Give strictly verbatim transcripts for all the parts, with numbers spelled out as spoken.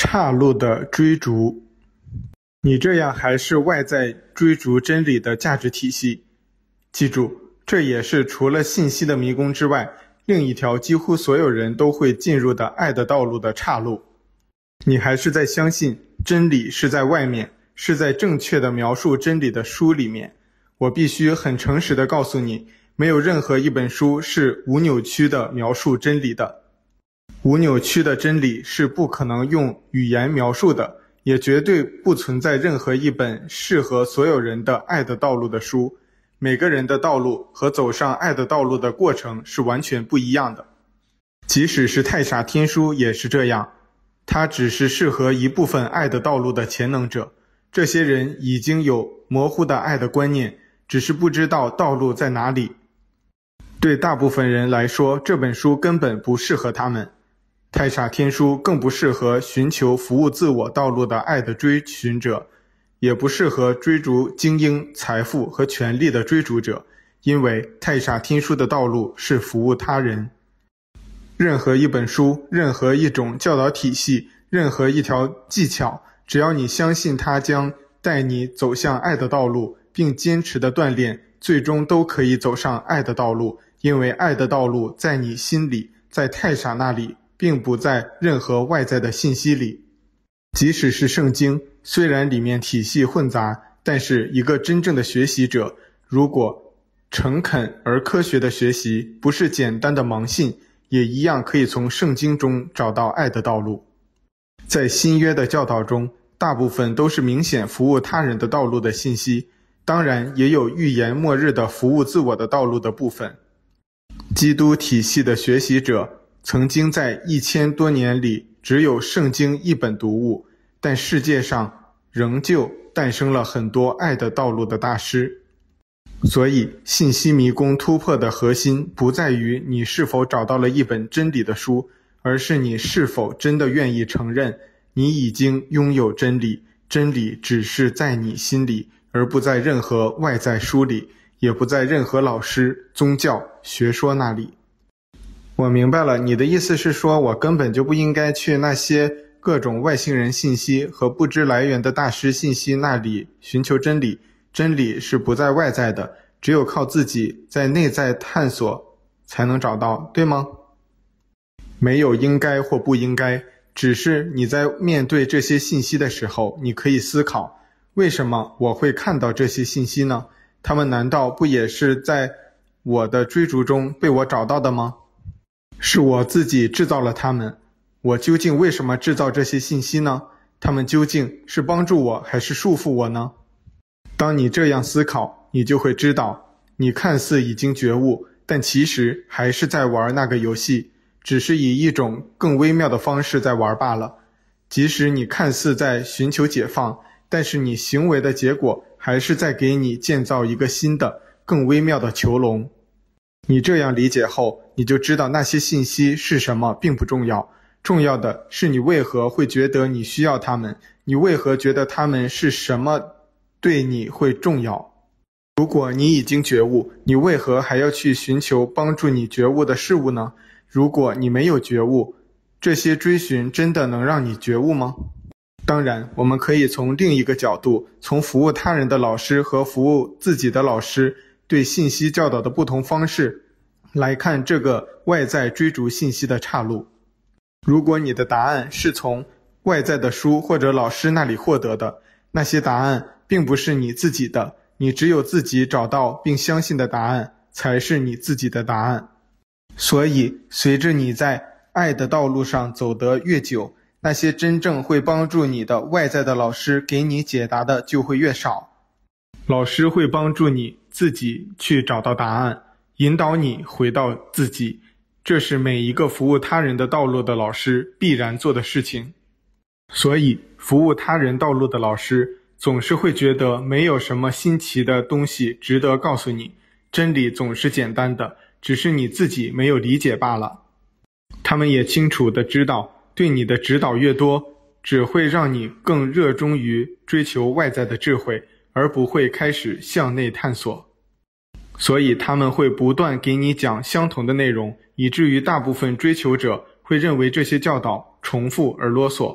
岔路的追逐。你这样还是外在追逐真理的价值体系。记住，这也是除了信息的迷宫之外，另一条几乎所有人都会进入的爱的道路的岔路。你还是在相信真理是在外面，是在正确的描述真理的书里面。我必须很诚实地告诉你，没有任何一本书是无扭曲地描述真理的。无扭曲的真理是不可能用语言描述的，也绝对不存在任何一本适合所有人的爱的道路的书。每个人的道路和走上爱的道路的过程是完全不一样的。即使是太傻天书也是这样，它只是适合一部分爱的道路的潜能者。这些人已经有模糊的爱的观念，只是不知道道路在哪里。对大部分人来说，这本书根本不适合他们。太傻天书更不适合寻求服务自我道路的爱的追寻者，也不适合追逐精英、财富和权力的追逐者，因为太傻天书的道路是服务他人。任何一本书，任何一种教导体系，任何一条技巧，只要你相信它将带你走向爱的道路，并坚持的锻炼，最终都可以走上爱的道路，因为爱的道路在你心里，在太傻那里，并不在任何外在的信息里。即使是圣经，虽然里面体系混杂，但是一个真正的学习者，如果诚恳而科学的学习，不是简单的盲信，也一样可以从圣经中找到爱的道路。在新约的教导中，大部分都是明显服务他人的道路的信息，当然也有预言末日的服务自我的道路的部分。基督体系的学习者曾经在一千多年里只有圣经一本读物，但世界上仍旧诞生了很多爱的道路的大师。所以信息迷宫突破的核心不在于你是否找到了一本真理的书，而是你是否真的愿意承认你已经拥有真理，真理只是在你心里，而不在任何外在书里，也不在任何老师、宗教、学说那里。我明白了，你的意思是说，我根本就不应该去那些各种外星人信息和不知来源的大师信息那里寻求真理，真理是不在外在的，只有靠自己在内在探索才能找到，对吗？没有应该或不应该，只是你在面对这些信息的时候，你可以思考，为什么我会看到这些信息呢？他们难道不也是在我的追逐中被我找到的吗？是我自己制造了他们，我究竟为什么制造这些信息呢？他们究竟是帮助我还是束缚我呢？当你这样思考，你就会知道，你看似已经觉悟，但其实还是在玩那个游戏，只是以一种更微妙的方式在玩罢了。即使你看似在寻求解放，但是你行为的结果还是在给你建造一个新的、更微妙的囚笼。你这样理解后，你就知道那些信息是什么并不重要，重要的是你为何会觉得你需要它们，你为何觉得它们是什么对你会重要。如果你已经觉悟，你为何还要去寻求帮助你觉悟的事物呢？如果你没有觉悟，这些追寻真的能让你觉悟吗？当然，我们可以从另一个角度，从服务他人的老师和服务自己的老师对信息教导的不同方式来看这个外在追逐信息的岔路。如果你的答案是从外在的书或者老师那里获得的，那些答案并不是你自己的，你只有自己找到并相信的答案才是你自己的答案。所以随着你在爱的道路上走得越久，那些真正会帮助你的外在的老师给你解答的就会越少。老师会帮助你自己去找到答案，引导你回到自己，这是每一个服务他人的道路的老师必然做的事情。所以服务他人道路的老师总是会觉得没有什么新奇的东西值得告诉你，真理总是简单的，只是你自己没有理解罢了。他们也清楚地知道，对你的指导越多，只会让你更热衷于追求外在的智慧，而不会开始向内探索。所以他们会不断给你讲相同的内容，以至于大部分追求者会认为这些教导重复而啰嗦。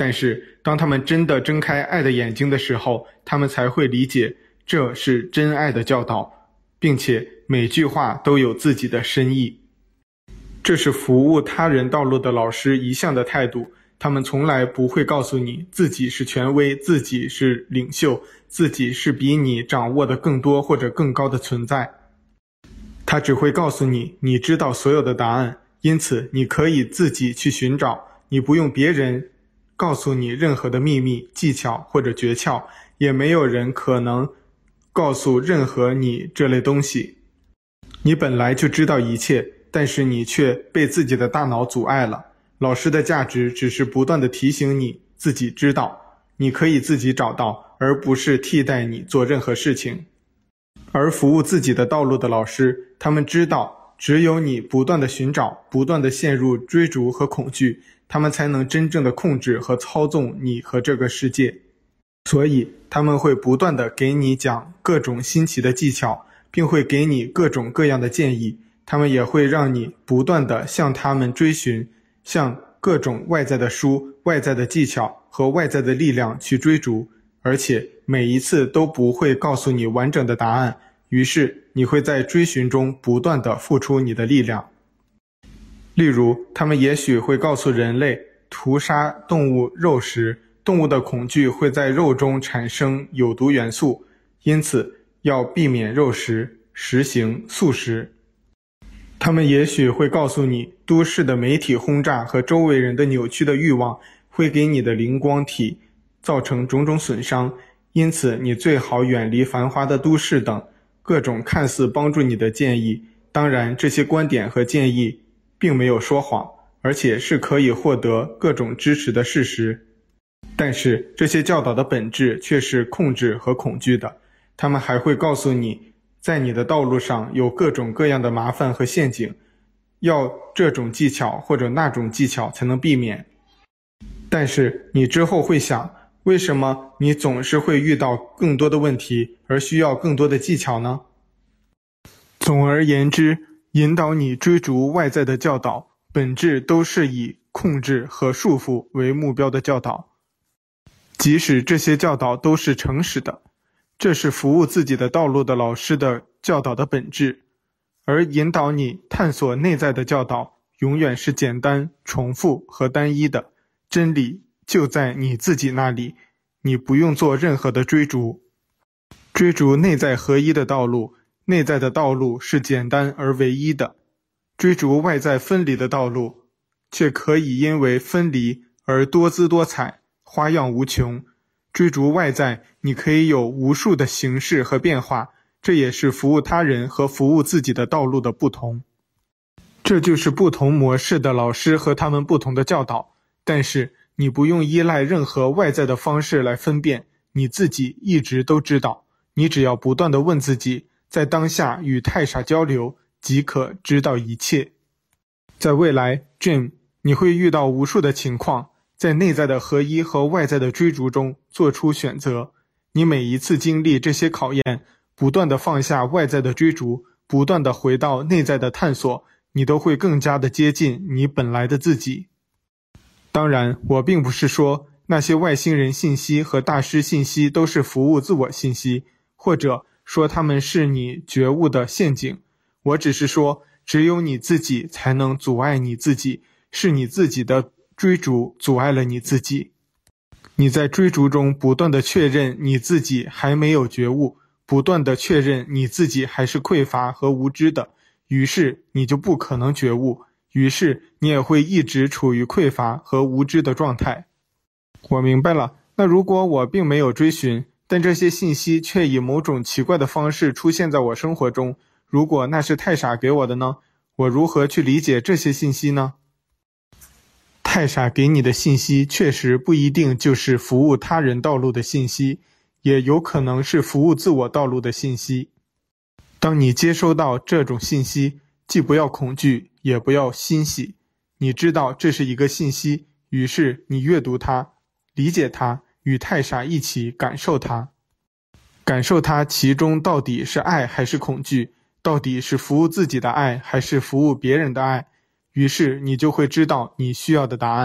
但是当他们真的睁开爱的眼睛的时候，他们才会理解这是真爱的教导，并且每句话都有自己的深意。这是服务他人道路的老师一向的态度，他们从来不会告诉你自己是权威，自己是领袖，自己是比你掌握的更多或者更高的存在。他只会告诉你，你知道所有的答案，因此你可以自己去寻找，你不用别人告诉你任何的秘密、技巧或者诀窍，也没有人可能告诉任何你这类东西。你本来就知道一切，但是你却被自己的大脑阻碍了。老师的价值只是不断地提醒你自己知道，你可以自己找到，而不是替代你做任何事情。而服务自己的道路的老师，他们知道只有你不断地寻找，不断地陷入追逐和恐惧，他们才能真正地控制和操纵你和这个世界。所以他们会不断地给你讲各种新奇的技巧，并会给你各种各样的建议，他们也会让你不断地向他们追寻，向各种外在的书、外在的技巧和外在的力量去追逐，而且每一次都不会告诉你完整的答案，于是你会在追寻中不断地付出你的力量。例如，他们也许会告诉人类屠杀动物肉食，动物的恐惧会在肉中产生有毒元素，因此要避免肉食，实行素食。他们也许会告诉你，都市的媒体轰炸和周围人的扭曲的欲望会给你的灵光体造成种种损伤，因此你最好远离繁华的都市等各种看似帮助你的建议。当然，这些观点和建议并没有说谎，而且是可以获得各种支持的事实。但是这些教导的本质却是控制和恐惧的，他们还会告诉你，在你的道路上有各种各样的麻烦和陷阱，要这种技巧或者那种技巧才能避免。但是你之后会想，为什么你总是会遇到更多的问题，而需要更多的技巧呢？总而言之，引导你追逐外在的教导，本质都是以控制和束缚为目标的教导，即使这些教导都是诚实的。这是服务自己的道路的老师的教导的本质，而引导你探索内在的教导永远是简单、重复和单一的。真理就在你自己那里，你不用做任何的追逐。追逐内在合一的道路，内在的道路是简单而唯一的。追逐外在分离的道路，却可以因为分离而多姿多彩，花样无穷。追逐外在，你可以有无数的形式和变化，这也是服务他人和服务自己的道路的不同。这就是不同模式的老师和他们不同的教导，但是你不用依赖任何外在的方式来分辨，你自己一直都知道，你只要不断地问自己，在当下与太傻交流，即可知道一切。在未来 Jim， 你会遇到无数的情况，在内在的合一和外在的追逐中做出选择。你每一次经历这些考验，不断地放下外在的追逐，不断地回到内在的探索，你都会更加的接近你本来的自己。当然，我并不是说那些外星人信息和大师信息都是服务自我信息，或者说他们是你觉悟的陷阱。我只是说，只有你自己才能阻碍你自己，是你自己的追逐阻碍了你自己。你在追逐中不断地确认你自己还没有觉悟，不断地确认你自己还是匮乏和无知的，于是你就不可能觉悟，于是你也会一直处于匮乏和无知的状态。我明白了，那如果我并没有追寻，但这些信息却以某种奇怪的方式出现在我生活中，如果那是太傻给我的呢？我如何去理解这些信息呢？太傻给你的信息确实不一定就是服务他人道路的信息，也有可能是服务自我道路的信息。当你接收到这种信息，既不要恐惧，也不要欣喜。你知道这是一个信息，于是你阅读它，理解它，与太傻一起感受它。感受它其中到底是爱还是恐惧，到底是服务自己的爱还是服务别人的爱。于是你就会知道你需要的答案，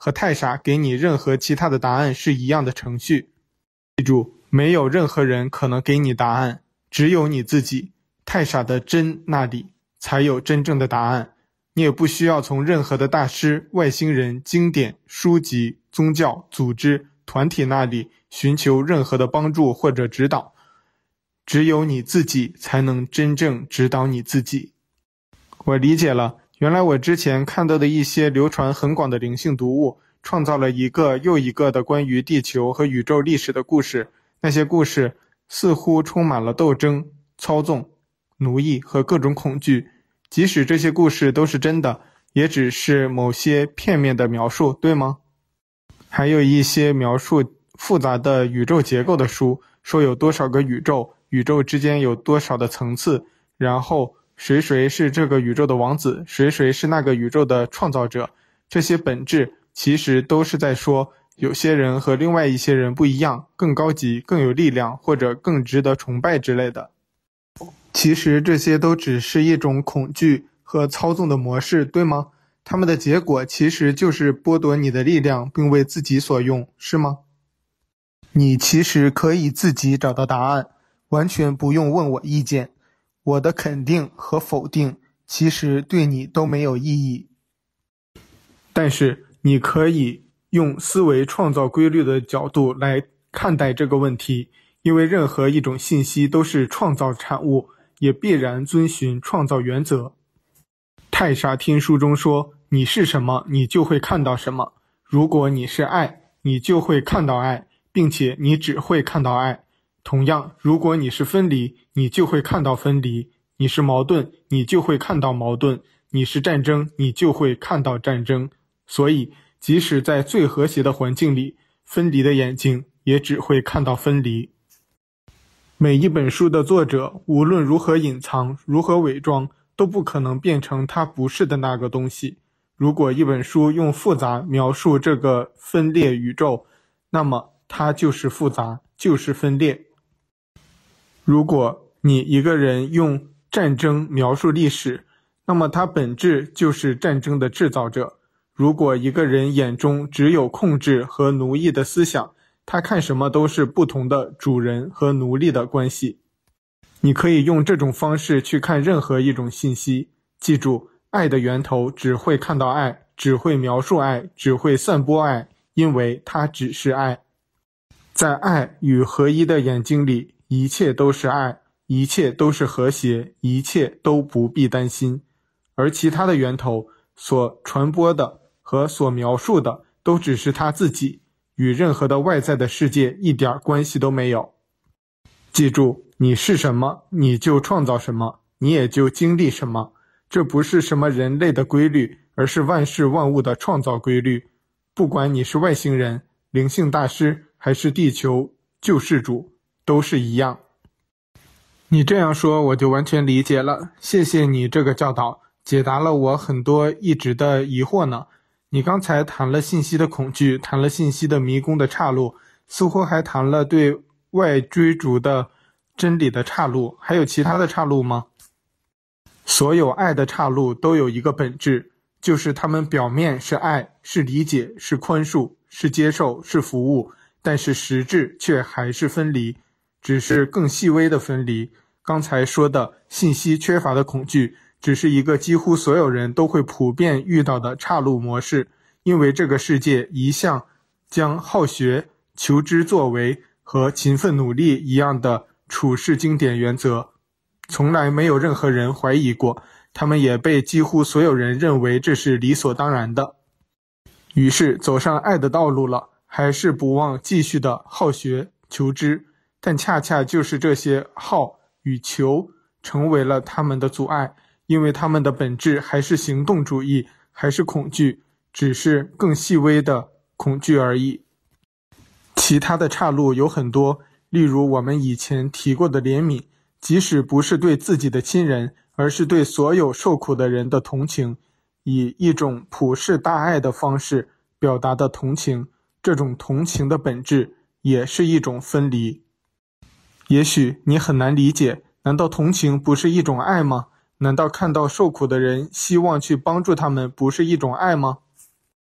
和太傻给你任何其他的答案是一样的程序。记住，没有任何人可能给你答案，只有你自己。太傻的真那里才有真正的答案。你也不需要从任何的大师、外星人、经典、书籍、宗教、组织、团体那里寻求任何的帮助或者指导。只有你自己才能真正指导你自己。我理解了，原来我之前看到的一些流传很广的灵性读物，创造了一个又一个的关于地球和宇宙历史的故事。那些故事似乎充满了斗争、操纵、奴役和各种恐惧。即使这些故事都是真的，也只是某些片面的描述，对吗？还有一些描述复杂的宇宙结构的书，说有多少个宇宙，宇宙之间有多少的层次，然后谁谁是这个宇宙的王子，谁谁是那个宇宙的创造者。这些本质其实都是在说，有些人和另外一些人不一样，更高级，更有力量，或者更值得崇拜之类的。其实这些都只是一种恐惧和操纵的模式，对吗？他们的结果其实就是剥夺你的力量，并为自己所用，是吗？你其实可以自己找到答案，完全不用问我意见。我的肯定和否定其实对你都没有意义。但是你可以用思维创造规律的角度来看待这个问题，因为任何一种信息都是创造产物，也必然遵循创造原则。太傻听书中说，你是什么，你就会看到什么。如果你是爱，你就会看到爱，并且你只会看到爱。同样，如果你是分离，你就会看到分离；你是矛盾，你就会看到矛盾；你是战争，你就会看到战争。所以，即使在最和谐的环境里，分离的眼睛也只会看到分离。每一本书的作者，无论如何隐藏，如何伪装，都不可能变成他不是的那个东西。如果一本书用复杂描述这个分裂宇宙，那么它就是复杂，就是分裂。如果你一个人用战争描述历史，那么它本质就是战争的制造者。如果一个人眼中只有控制和奴役的思想，他看什么都是不同的主人和奴隶的关系。你可以用这种方式去看任何一种信息。记住，爱的源头只会看到爱，只会描述爱，只会散播爱，因为它只是爱。在爱与合一的眼睛里，一切都是爱，一切都是和谐，一切都不必担心。而其他的源头所传播的和所描述的都只是他自己，与任何的外在的世界一点关系都没有。记住，你是什么，你就创造什么，你也就经历什么。这不是什么人类的规律，而是万事万物的创造规律。不管你是外星人、灵性大师，还是地球救世主，都是一样。你这样说我就完全理解了，谢谢你这个教导，解答了我很多一直的疑惑呢。你刚才谈了信息的恐惧，谈了信息的迷宫的岔路，似乎还谈了对外追逐的真理的岔路，还有其他的岔路吗？所有爱的岔路都有一个本质，就是它们表面是爱，是理解，是宽恕，是接受，是服务，但是实质却还是分离，只是更细微的分离。刚才说的信息缺乏的恐惧，只是一个几乎所有人都会普遍遇到的岔路模式，因为这个世界一向将好学、求知作为和勤奋努力一样的处事经典原则，从来没有任何人怀疑过，他们也被几乎所有人认为这是理所当然的。于是走上爱的道路了，还是不忘继续的好学、求知，但恰恰就是这些好与求成为了他们的阻碍，因为他们的本质还是行动主义，还是恐惧，只是更细微的恐惧而已。其他的岔路有很多，例如我们以前提过的怜悯，即使不是对自己的亲人，而是对所有受苦的人的同情，以一种普世大爱的方式表达的同情，这种同情的本质也是一种分离。也许你很难理解，难道同情不是一种爱吗？难道看到受苦的人希望去帮助他们不是一种爱吗？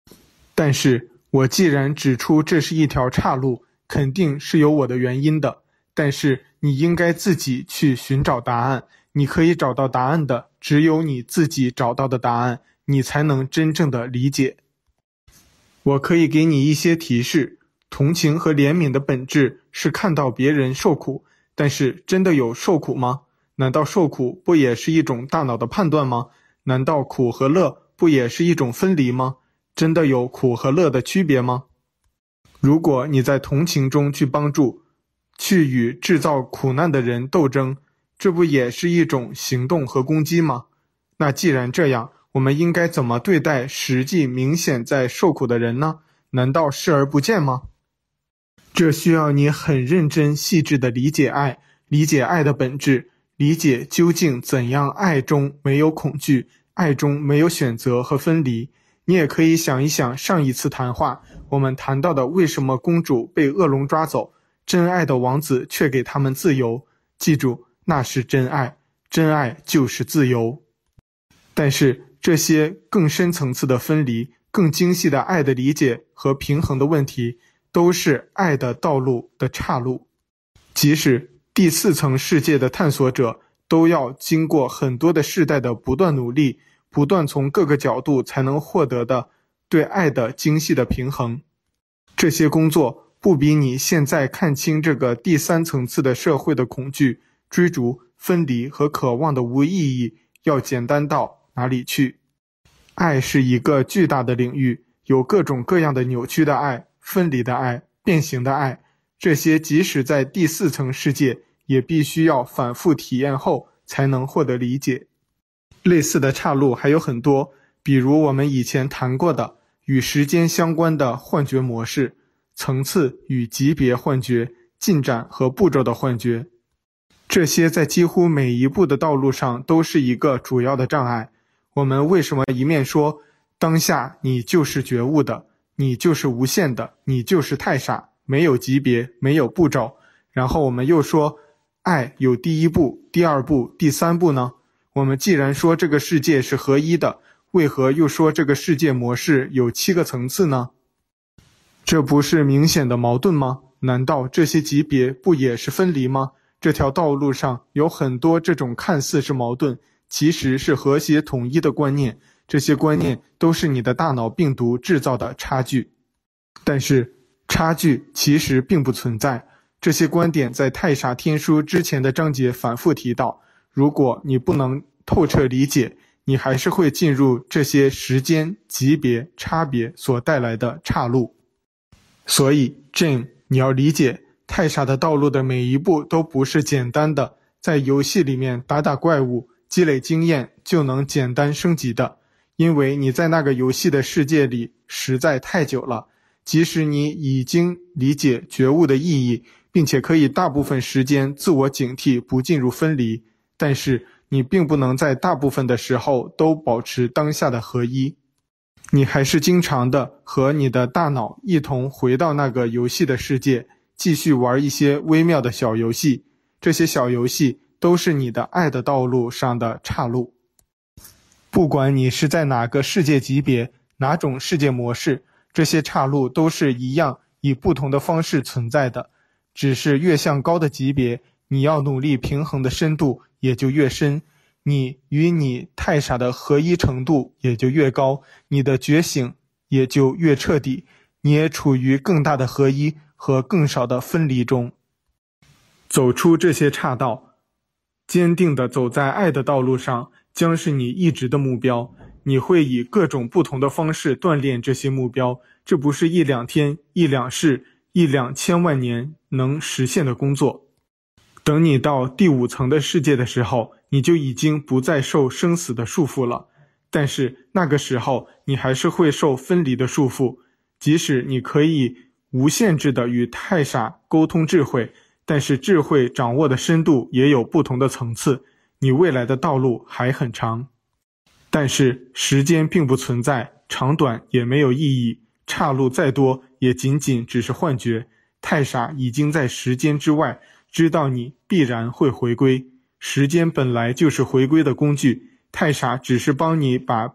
但是我既然指出这是一条岔路，肯定是有我的原因的，但是你应该自己去寻找答案，你可以找到答案的，只有你自己找到的答案，你才能真正的理解。我可以给你一些提示，同情和怜悯的本质是看到别人受苦，但是真的有受苦吗？难道受苦不也是一种大脑的判断吗？难道苦和乐不也是一种分离吗？真的有苦和乐的区别吗？如果你在同情中去帮助，去与制造苦难的人斗争，这不也是一种行动和攻击吗？那既然这样，我们应该怎么对待实际明显在受苦的人呢？难道视而不见吗？这需要你很认真细致地理解爱，理解爱的本质，理解究竟怎样爱中没有恐惧，爱中没有选择和分离。你也可以想一想上一次谈话，我们谈到的为什么公主被恶龙抓走，真爱的王子却给他们自由。记住，那是真爱，真爱就是自由。但是这些更深层次的分离，更精细的爱的理解和平衡的问题，都是爱的道路的岔路。即使第四层世界的探索者都要经过很多的世代的不断努力，不断从各个角度才能获得的对爱的精细的平衡。这些工作不比你现在看清这个第三层次的社会的恐惧、追逐、分离和渴望的无意义要简单到哪里去。爱是一个巨大的领域，有各种各样的扭曲的爱、分离的爱、变形的爱，这些即使在第四层世界也必须要反复体验后才能获得理解。类似的岔路还有很多，比如我们以前谈过的与时间相关的幻觉模式、层次与级别幻觉、进展和步骤的幻觉，这些在几乎每一步的道路上都是一个主要的障碍。我们为什么一面说当下你就是觉悟的，你就是无限的，你就是太傻，没有级别，没有步骤，然后我们又说爱有第一步、第二步、第三步呢？我们既然说这个世界是合一的，为何又说这个世界模式有七个层次呢？这不是明显的矛盾吗？难道这些级别不也是分离吗？这条道路上有很多这种看似是矛盾，其实是和谐统一的观念，这些观念都是你的大脑病毒制造的差距。但是差距其实并不存在，这些观点在太傻天书之前的章节反复提到，如果你不能透彻理解，你还是会进入这些时间、级别、差别所带来的岔路。所以 Jane， 你要理解，太傻的道路的每一步都不是简单的在游戏里面打打怪物、积累经验就能简单升级的，因为你在那个游戏的世界里实在太久了，即使你已经理解觉悟的意义，并且可以大部分时间自我警惕不进入分离，但是你并不能在大部分的时候都保持当下的合一，你还是经常的和你的大脑一同回到那个游戏的世界，继续玩一些微妙的小游戏，这些小游戏都是你的爱的道路上的岔路。不管你是在哪个世界级别，哪种世界模式，这些岔路都是一样以不同的方式存在的，只是越向高的级别，你要努力平衡的深度也就越深，你与你太傻的合一程度也就越高，你的觉醒也就越彻底，你也处于更大的合一和更少的分离中。走出这些岔道，坚定地走在爱的道路上，将是你一直的目标。你会以各种不同的方式锻炼这些目标，这不是一两天、一两世、一两千万年能实现的工作。等你到第五层的世界的时候，你就已经不再受生死的束缚了，但是那个时候你还是会受分离的束缚。即使你可以无限制地与太傻沟通智慧，但是智慧掌握的深度也有不同的层次，你未来的道路还很长。但是时间并不存在，长短也没有意义，岔路再多也仅仅只是幻觉。太傻已经在时间之外，知道你必然会回归，时间本来就是回归的工具，太傻只是帮你把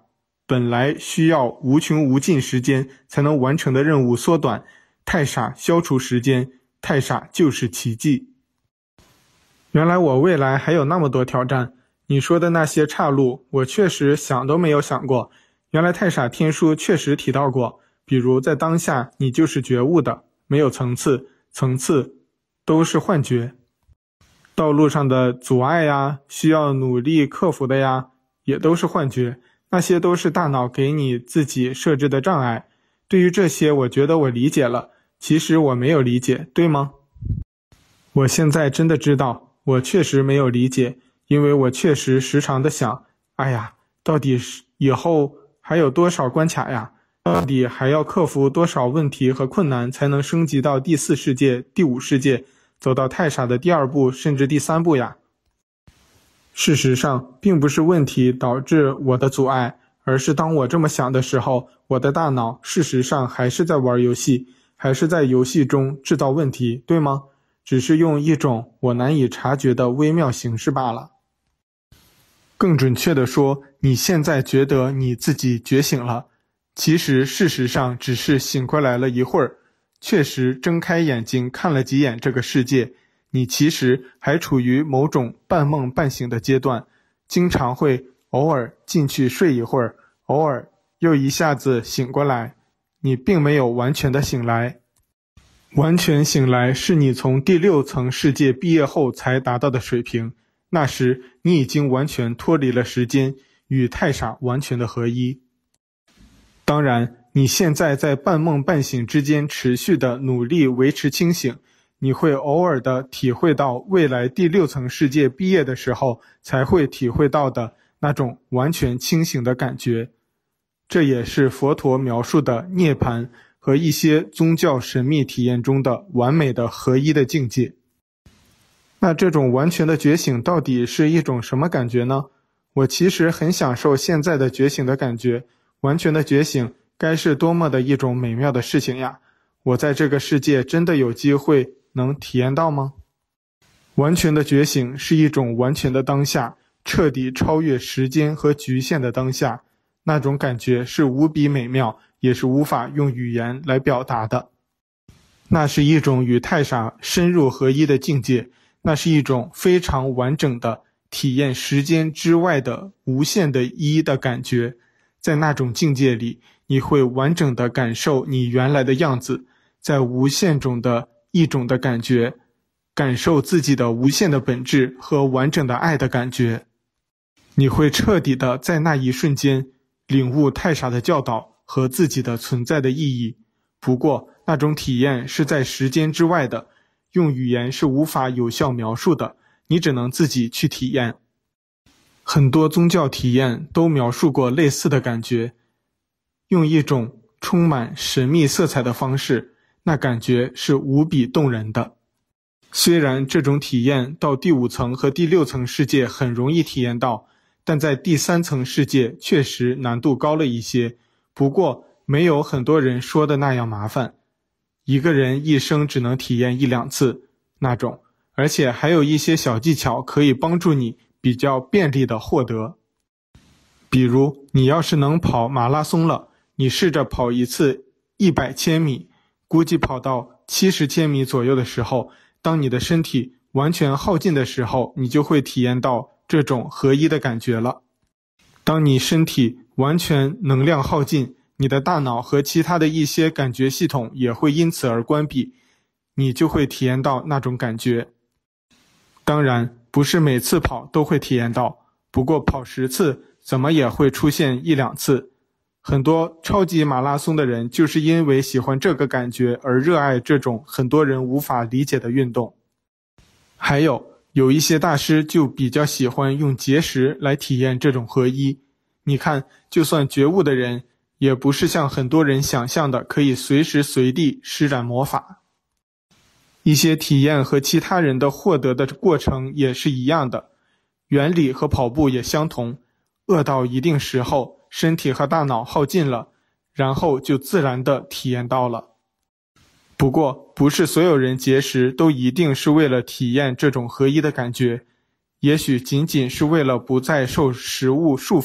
本来需要无穷无尽时间才能完成的任务缩短，太傻消除时间，太傻就是奇迹。原来我未来还有那么多挑战，你说的那些岔路，我确实想都没有想过。原来太傻天书确实提到过，比如在当下你就是觉悟的，没有层次，层次都是幻觉。道路上的阻碍呀，需要努力克服的呀，也都是幻觉，那些都是大脑给你自己设置的障碍。对于这些，我觉得我理解了，其实我没有理解，对吗？我现在真的知道，我确实没有理解，因为我确实时常的想，哎呀，到底是以后还有多少关卡呀？到底还要克服多少问题和困难才能升级到第四世界、第五世界，走到太傻的第二步甚至第三步呀？事实上，并不是问题导致我的阻碍，而是当我这么想的时候，我的大脑事实上还是在玩游戏，还是在游戏中制造问题，对吗？只是用一种我难以察觉的微妙形式罢了。更准确地说，你现在觉得你自己觉醒了，其实事实上只是醒过来了一会儿，确实睁开眼睛看了几眼这个世界，你其实还处于某种半梦半醒的阶段，经常会偶尔进去睡一会儿，偶尔又一下子醒过来，你并没有完全的醒来。完全醒来是你从第六层世界毕业后才达到的水平，那时你已经完全脱离了时间，与太傻完全的合一。当然，你现在在半梦半醒之间持续的努力维持清醒，你会偶尔的体会到未来第六层世界毕业的时候才会体会到的那种完全清醒的感觉。这也是佛陀描述的涅槃和一些宗教神秘体验中的完美的合一的境界。那这种完全的觉醒到底是一种什么感觉呢？我其实很享受现在的觉醒的感觉，完全的觉醒该是多么的一种美妙的事情呀！我在这个世界真的有机会能体验到吗？完全的觉醒是一种完全的当下，彻底超越时间和局限的当下，那种感觉是无比美妙，也是无法用语言来表达的。那是一种与太傻深入合一的境界，那是一种非常完整的体验时间之外的无限的一的感觉。在那种境界里，你会完整的感受你原来的样子，在无限种的一种的感觉，感受自己的无限的本质和完整的爱的感觉。你会彻底的在那一瞬间领悟太傻的教导和自己的存在的意义。不过那种体验是在时间之外的，用语言是无法有效描述的，你只能自己去体验。很多宗教体验都描述过类似的感觉，用一种充满神秘色彩的方式，那感觉是无比动人的。虽然这种体验到第五层和第六层世界很容易体验到，但在第三层世界确实难度高了一些，不过没有很多人说的那样麻烦。一个人一生只能体验一两次那种，而且还有一些小技巧可以帮助你比较便利的获得。比如你要是能跑马拉松了，你试着跑一次一百千米，估计跑到七十千米左右的时候，当你的身体完全耗尽的时候，你就会体验到这种合一的感觉了。当你身体完全能量耗尽，你的大脑和其他的一些感觉系统也会因此而关闭，你就会体验到那种感觉。当然，不是每次跑都会体验到，不过跑十次怎么也会出现一两次。很多超级马拉松的人就是因为喜欢这个感觉而热爱这种很多人无法理解的运动。还有有一些大师就比较喜欢用节食来体验这种合一。你看，就算觉悟的人，也不是像很多人想象的可以随时随地施展魔法。一些体验和其他人的获得的过程也是一样的，原理和跑步也相同。饿到一定时候，身体和大脑耗尽了，然后就自然的体验到了。不过，不是所有人节食都一定是为了体验这种合一的感觉，也许仅仅是为了不再受食物束缚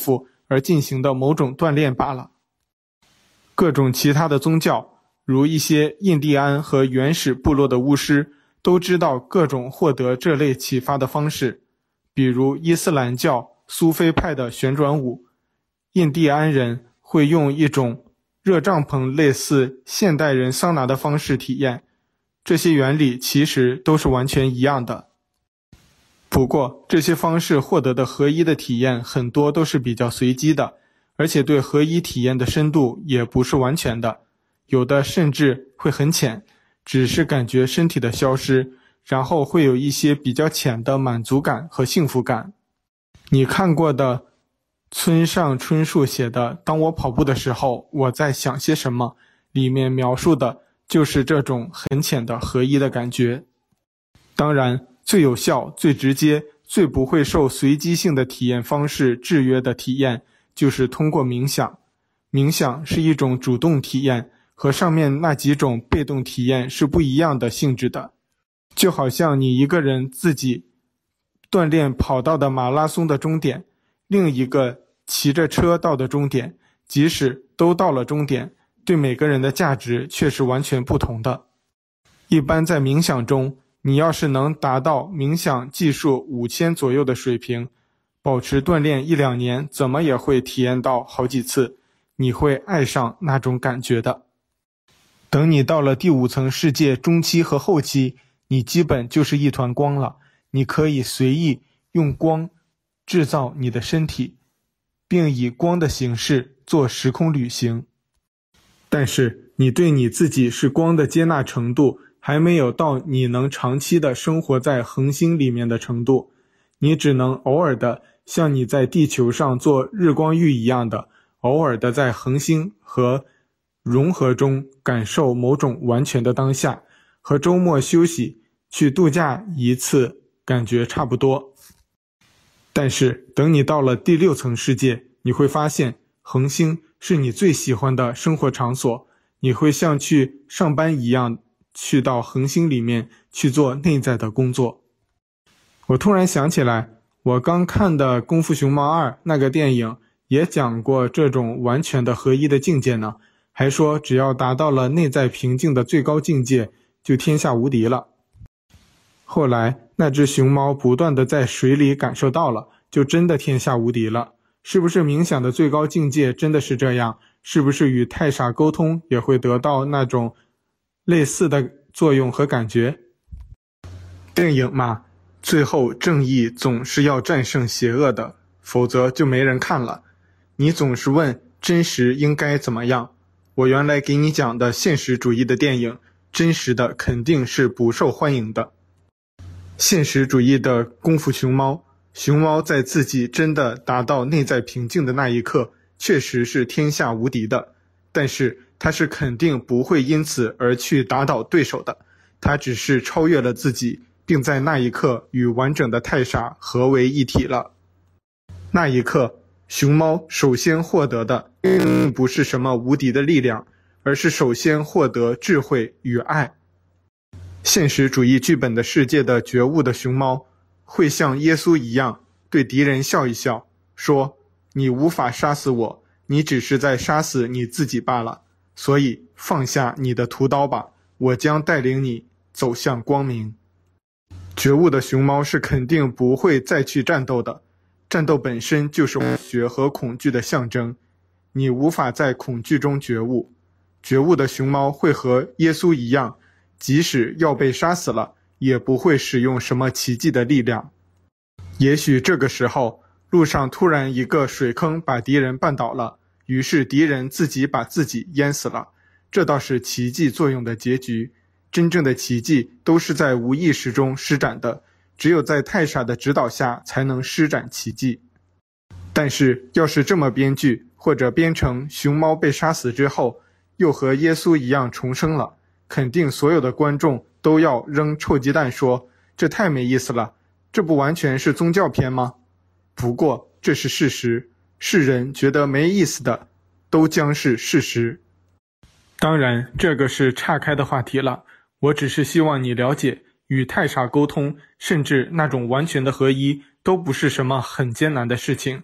而进行的某种锻炼罢了。各种其他的宗教，如一些印第安和原始部落的巫师，都知道各种获得这类启发的方式，比如伊斯兰教苏菲派的旋转舞，印第安人会用一种热帐篷类似现代人桑拿的方式体验，这些原理其实都是完全一样的。不过这些方式获得的合一的体验很多都是比较随机的，而且对合一体验的深度也不是完全的，有的甚至会很浅，只是感觉身体的消失，然后会有一些比较浅的满足感和幸福感。你看过的村上春树写的《当我跑步的时候我在想些什么》里面描述的就是这种很浅的合一的感觉。当然，最有效、最直接、最不会受随机性的体验方式制约的体验，就是通过冥想。冥想是一种主动体验，和上面那几种被动体验是不一样的性质的。就好像你一个人自己锻炼跑到的马拉松的终点，另一个骑着车到的终点，即使都到了终点，对每个人的价值却是完全不同的。一般在冥想中，你要是能达到冥想技术五千左右的水平，保持锻炼一两年，怎么也会体验到好几次，你会爱上那种感觉的。等你到了第五层世界中期和后期，你基本就是一团光了，你可以随意用光制造你的身体，并以光的形式做时空旅行。但是你对你自己是光的接纳程度还没有到你能长期的生活在恒星里面的程度，你只能偶尔的像你在地球上做日光浴一样的，偶尔的在恒星和融合中感受某种完全的当下，和周末休息去度假一次感觉差不多。但是等你到了第六层世界，你会发现恒星是你最喜欢的生活场所，你会像去上班一样去到恒星里面去做内在的工作。我突然想起来，我刚看的《功夫熊猫二》那个电影也讲过这种完全的合一的境界呢，还说只要达到了内在平静的最高境界，就天下无敌了。后来那只熊猫不断的在水里感受到了，就真的天下无敌了。是不是冥想的最高境界真的是这样？是不是与太傻沟通也会得到那种类似的作用和感觉？电影嘛，最后正义总是要战胜邪恶的，否则就没人看了。你总是问真实应该怎么样，我原来给你讲的现实主义的电影，真实的肯定是不受欢迎的。现实主义的功夫熊猫，熊猫在自己真的达到内在平静的那一刻，确实是天下无敌的，但是它是肯定不会因此而去打倒对手的，它只是超越了自己，并在那一刻与完整的太傻合为一体了。那一刻，熊猫首先获得的并不是什么无敌的力量，而是首先获得智慧与爱。现实主义剧本的世界的觉悟的熊猫，会像耶稣一样对敌人笑一笑，说你无法杀死我，你只是在杀死你自己罢了，所以放下你的屠刀吧，我将带领你走向光明。觉悟的熊猫是肯定不会再去战斗的，战斗本身就是血和恐惧的象征，你无法在恐惧中觉悟。觉悟的熊猫会和耶稣一样，即使要被杀死了，也不会使用什么奇迹的力量。也许这个时候，路上突然一个水坑把敌人绊倒了，于是敌人自己把自己淹死了，这倒是奇迹作用的结局。真正的奇迹都是在无意识中施展的，只有在太傻的指导下才能施展奇迹。但是要是这么编剧，或者编成熊猫被杀死之后又和耶稣一样重生了，肯定所有的观众都要扔臭鸡蛋说，这太没意思了，这不完全是宗教片吗？不过这是事实，世人觉得没意思的都将是事实。当然这个是岔开的话题了，我只是希望你了解，与太傻沟通，甚至那种完全的合一，都不是什么很艰难的事情，不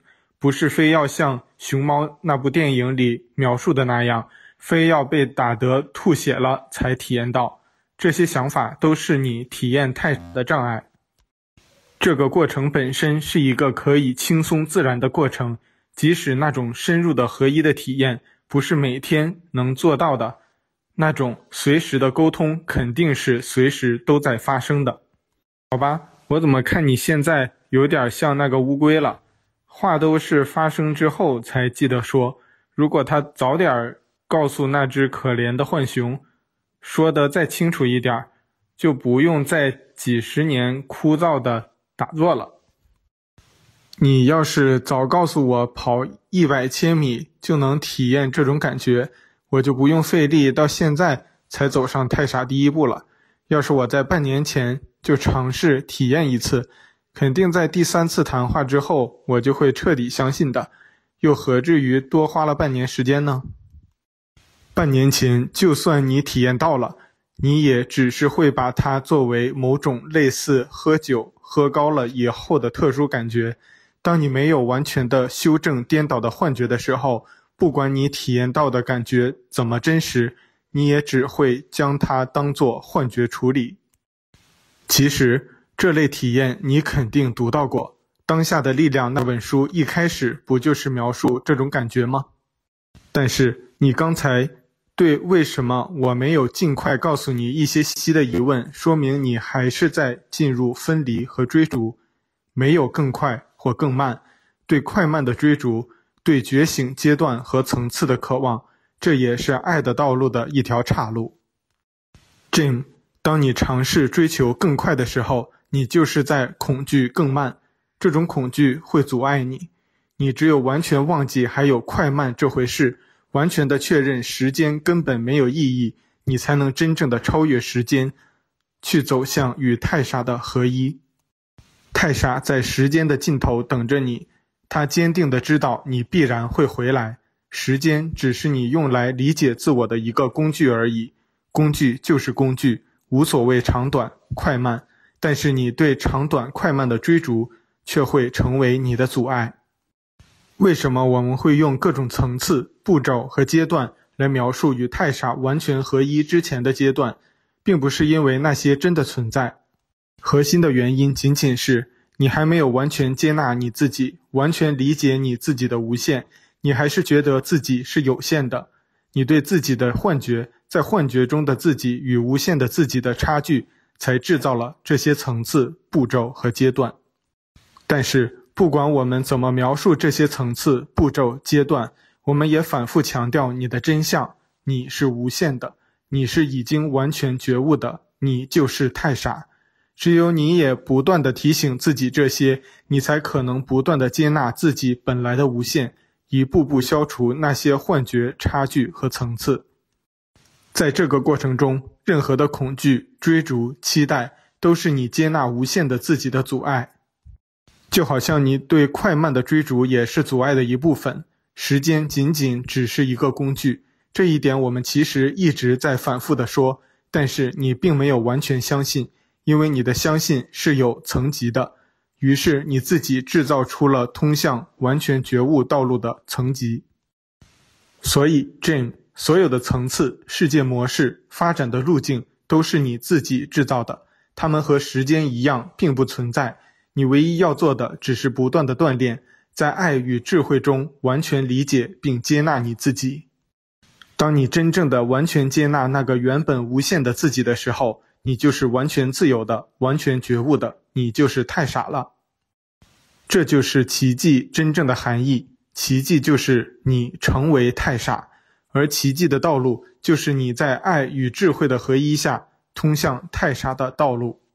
不是非要像熊猫那部电影里描述的那样，非要被打得吐血了才体验到。这些想法都是你体验太傻的障碍。这个过程本身是一个可以轻松自然的过程，即使那种深入的合一的体验不是每天能做到的，那种随时的沟通肯定是随时都在发生的。好吧，我怎么看你现在有点像那个乌龟了，话都是发生之后才记得说，如果他早点告诉那只可怜的浣熊，说得再清楚一点，就不用再几十年枯燥的打坐了。你要是早告诉我跑一百千米就能体验这种感觉，我就不用费力到现在才走上太傻第一步了。要是我在半年前就尝试体验一次，肯定在第三次谈话之后我就会彻底相信的，又何至于多花了半年时间呢？半年前就算你体验到了，你也只是会把它作为某种类似喝酒喝高了以后的特殊感觉。当你没有完全的修正颠倒的幻觉的时候，不管你体验到的感觉怎么真实，你也只会将它当作幻觉处理。其实这类体验你肯定读到过，当下的力量那本书一开始不就是描述这种感觉吗？但是你刚才对为什么我没有尽快告诉你一些信息的疑问，说明你还是在进入分离和追逐，没有更快或更慢，对快慢的追逐，对觉醒阶段和层次的渴望，这也是爱的道路的一条岔路。Jim， 当你尝试追求更快的时候，你就是在恐惧更慢，这种恐惧会阻碍你。你只有完全忘记还有快慢这回事，完全的确认时间根本没有意义，你才能真正的超越时间，去走向与太傻的合一。太傻在时间的尽头等着你，他坚定地知道你必然会回来。时间只是你用来理解自我的一个工具而已，工具就是工具，无所谓长短快慢，但是你对长短快慢的追逐却会成为你的阻碍。为什么我们会用各种层次、步骤和阶段来描述与太傻完全合一之前的阶段，并不是因为那些真的存在。核心的原因仅仅是你还没有完全接纳你自己，完全理解你自己的无限，你还是觉得自己是有限的。你对自己的幻觉，在幻觉中的自己与无限的自己的差距，才制造了这些层次、步骤和阶段。但是不管我们怎么描述这些层次、步骤、阶段，我们也反复强调你的真相，你是无限的，你是已经完全觉悟的，你就是太傻。只有你也不断地提醒自己这些，你才可能不断地接纳自己本来的无限，一步步消除那些幻觉、差距和层次。在这个过程中，任何的恐惧、追逐、期待，都是你接纳无限的自己的阻碍。就好像你对快慢的追逐也是阻碍的一部分，时间仅仅只是一个工具，这一点我们其实一直在反复地说，但是你并没有完全相信，因为你的相信是有层级的，于是你自己制造出了通向完全觉悟道路的层级。所以 Jim， 所有的层次、世界模式、发展的路径都是你自己制造的，它们和时间一样并不存在，你唯一要做的只是不断的锻炼，在爱与智慧中完全理解并接纳你自己。当你真正的完全接纳那个原本无限的自己的时候，你就是完全自由的，完全觉悟的，你就是太傻了。这就是奇迹真正的含义，奇迹就是你成为太傻，而奇迹的道路就是你在爱与智慧的合一下通向太傻的道路。